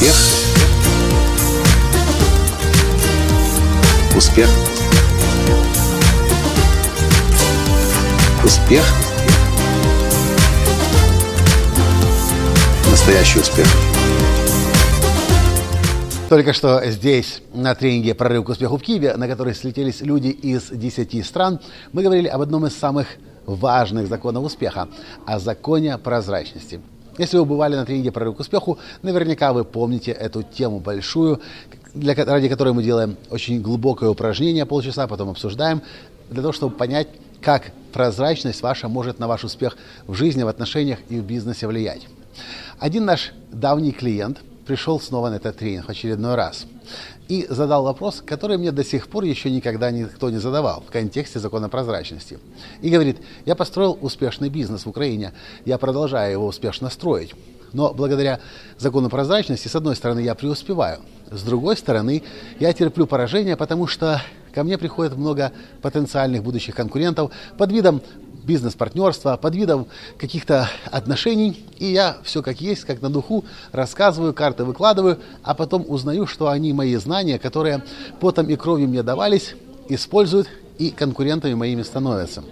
Успех. Успех. Успех. Настоящий успех. Только что здесь, на тренинге «Прорыв к успеху» в Киеве, на который слетелись люди из 10 стран, мы говорили об одном из самых важных законов успеха – о законе прозрачности. Если вы бывали на тренинге «Прорыв к успеху», наверняка вы помните эту тему большую, ради которой мы делаем очень глубокое упражнение, полчаса, потом обсуждаем, для того, чтобы понять, как прозрачность ваша может на ваш успех в жизни, в отношениях и в бизнесе влиять. Один наш давний клиент пришел снова на этот тренинг в очередной раз и задал вопрос, который мне до сих пор еще никогда никто не задавал в контексте закона прозрачности. И говорит: я построил успешный бизнес в Украине, я продолжаю его успешно строить. Но благодаря закону прозрачности, с одной стороны, я преуспеваю, с другой стороны, я терплю поражение, потому что ко мне приходит много потенциальных будущих конкурентов под видом бизнес-партнерства, под видом каких-то отношений, и я все как есть, как на духу, рассказываю, карты выкладываю, а потом узнаю, что они мои знания, которые потом и кровью мне давались, используют и конкурентами моими становятся.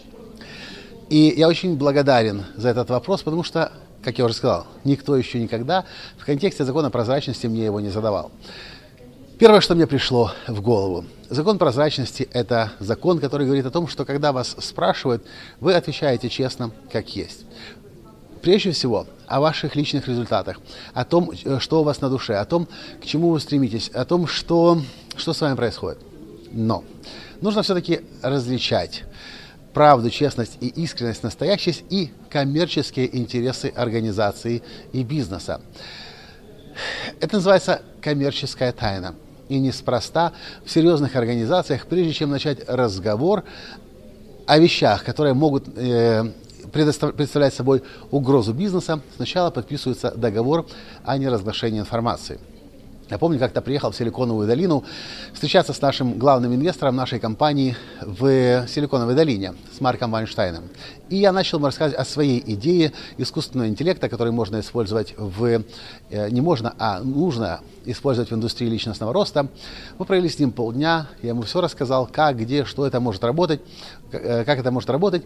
И я очень благодарен за этот вопрос, потому что, как я уже сказал, никто еще никогда в контексте закона прозрачности мне его не задавал. Первое, что мне пришло в голову. Закон прозрачности – это закон, который говорит о том, что когда вас спрашивают, вы отвечаете честно, как есть. Прежде всего, о ваших личных результатах, о том, что у вас на душе, о том, к чему вы стремитесь, о том, что с вами происходит. Но нужно все-таки различать правду, честность и искренность, настоящесть и коммерческие интересы организации и бизнеса. Это называется коммерческая тайна. И неспроста в серьезных организациях, прежде чем начать разговор о вещах, которые могут представлять собой угрозу бизнеса, сначала подписывается договор о неразглашении информации. Я помню, как-то приехал в Силиконовую долину встречаться с нашим главным инвестором нашей компании в Силиконовой долине, с Марком Вайнштейном. И я начал ему рассказывать о своей идее искусственного интеллекта, который можно использовать нужно использовать в индустрии личностного роста. Мы провели с ним полдня, я ему все рассказал, как, где, что это может работать, как это может работать.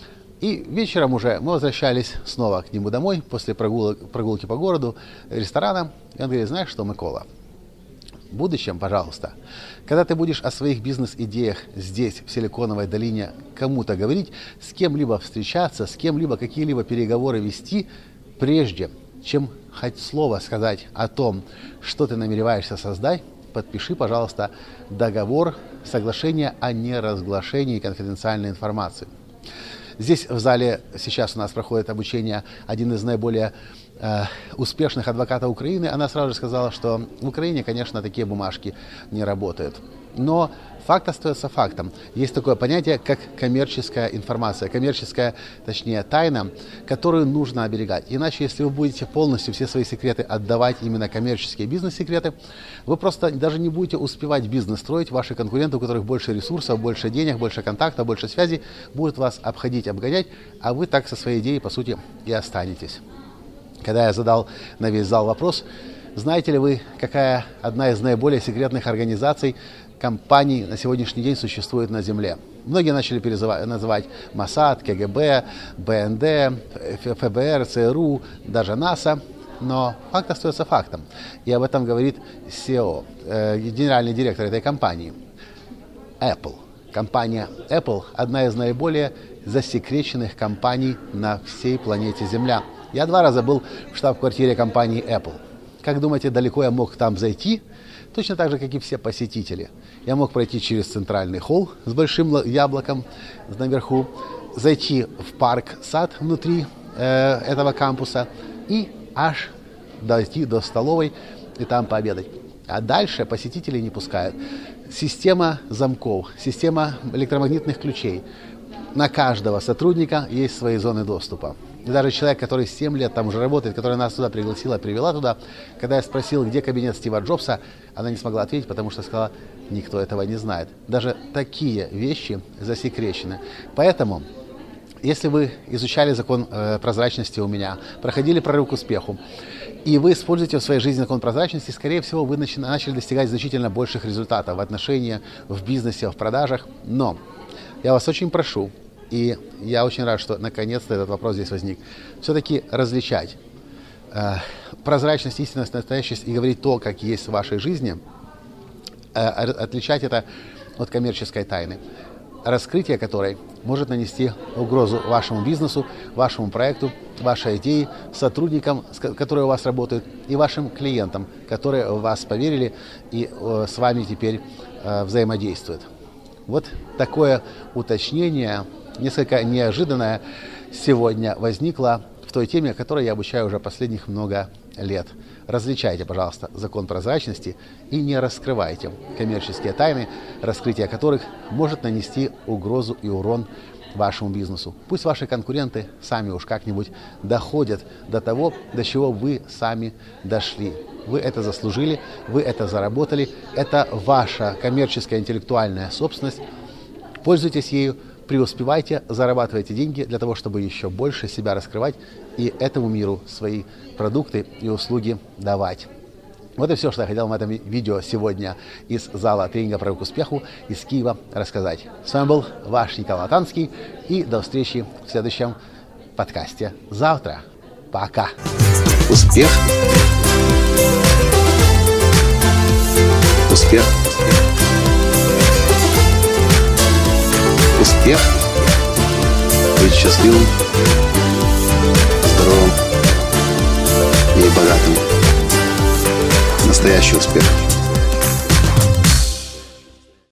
И вечером уже мы возвращались снова к нему домой после прогулки по городу, ресторана. И он говорит: знаешь что, Микола, в будущем, пожалуйста, когда ты будешь о своих бизнес-идеях здесь, в Силиконовой долине, кому-то говорить, с кем-либо встречаться, с кем-либо какие-либо переговоры вести, прежде чем хоть слово сказать о том, что ты намереваешься создать, подпиши, пожалуйста, договор, соглашение о неразглашении конфиденциальной информации. Здесь в зале сейчас у нас проходит обучение один из наиболее успешных адвокатов Украины. Она сразу же сказала, что в Украине, конечно, такие бумажки не работают. Но факт остается фактом. Есть такое понятие, как коммерческая информация, коммерческая, точнее, тайна, которую нужно оберегать. Иначе, если вы будете полностью все свои секреты отдавать, именно коммерческие бизнес-секреты, вы просто даже не будете успевать бизнес строить. Ваши конкуренты, у которых больше ресурсов, больше денег, больше контактов, больше связей, будут вас обходить, обгонять, а вы так со своей идеей, по сути, и останетесь. Когда я задал на весь зал вопрос: знаете ли вы, какая одна из наиболее секретных организаций, компаний на сегодняшний день существует на Земле? Многие начали называть МОСАД, КГБ, БНД, ФБР, ЦРУ, даже НАСА. Но факт остается фактом. И об этом говорит CEO, генеральный директор этой компании. Apple. Компания Apple – одна из наиболее засекреченных компаний на всей планете Земля. Я 2 раза был в штаб-квартире компании Apple. Как думаете, далеко я мог там зайти? Точно так же, как и все посетители. Я мог пройти через центральный холл с большим яблоком наверху, зайти в парк-сад внутри этого кампуса и аж дойти до столовой и там пообедать. А дальше посетителей не пускают. Система замков, система электромагнитных ключей. На каждого сотрудника есть свои зоны доступа. И даже человек, который 7 лет там уже работает, который нас туда пригласила, привела туда, когда я спросил, где кабинет Стива Джобса, она не смогла ответить, потому что сказала, никто этого не знает. Даже такие вещи засекречены. Поэтому, если вы изучали закон прозрачности у меня, проходили прорыв к успеху, и вы используете в своей жизни закон прозрачности, скорее всего, вы начали достигать значительно больших результатов в отношениях, в бизнесе, в продажах. Но я вас очень прошу, и я очень рад, что наконец-то этот вопрос здесь возник, все-таки различать прозрачность, истинность, настоящесть и говорить то, как есть в вашей жизни, отличать это от коммерческой тайны, раскрытие которой может нанести угрозу вашему бизнесу, вашему проекту, вашей идее, сотрудникам, которые у вас работают, и вашим клиентам, которые в вас поверили и с вами теперь взаимодействуют. Вот такое уточнение, несколько неожиданное, сегодня возникло в той теме, которой я обучаю уже последних много лет. Различайте, пожалуйста, закон прозрачности и не раскрывайте коммерческие тайны, раскрытие которых может нанести угрозу и урон вашему бизнесу. Пусть ваши конкуренты сами уж как-нибудь доходят до того, до чего вы сами дошли. Вы это заслужили, вы это заработали. Это ваша коммерческая интеллектуальная собственность. Пользуйтесь ею, преуспевайте, зарабатывайте деньги для того, чтобы еще больше себя раскрывать и этому миру свои продукты и услуги давать. Вот и все, что я хотел в этом видео сегодня из зала тренинга «Прорыв к успеху» из Киева рассказать. С вами был ваш Николай Латанский, и до встречи в следующем подкасте завтра. Пока! Успех! Успех! Успех! Быть счастливым, здоровым и богатым. Настоящий успех.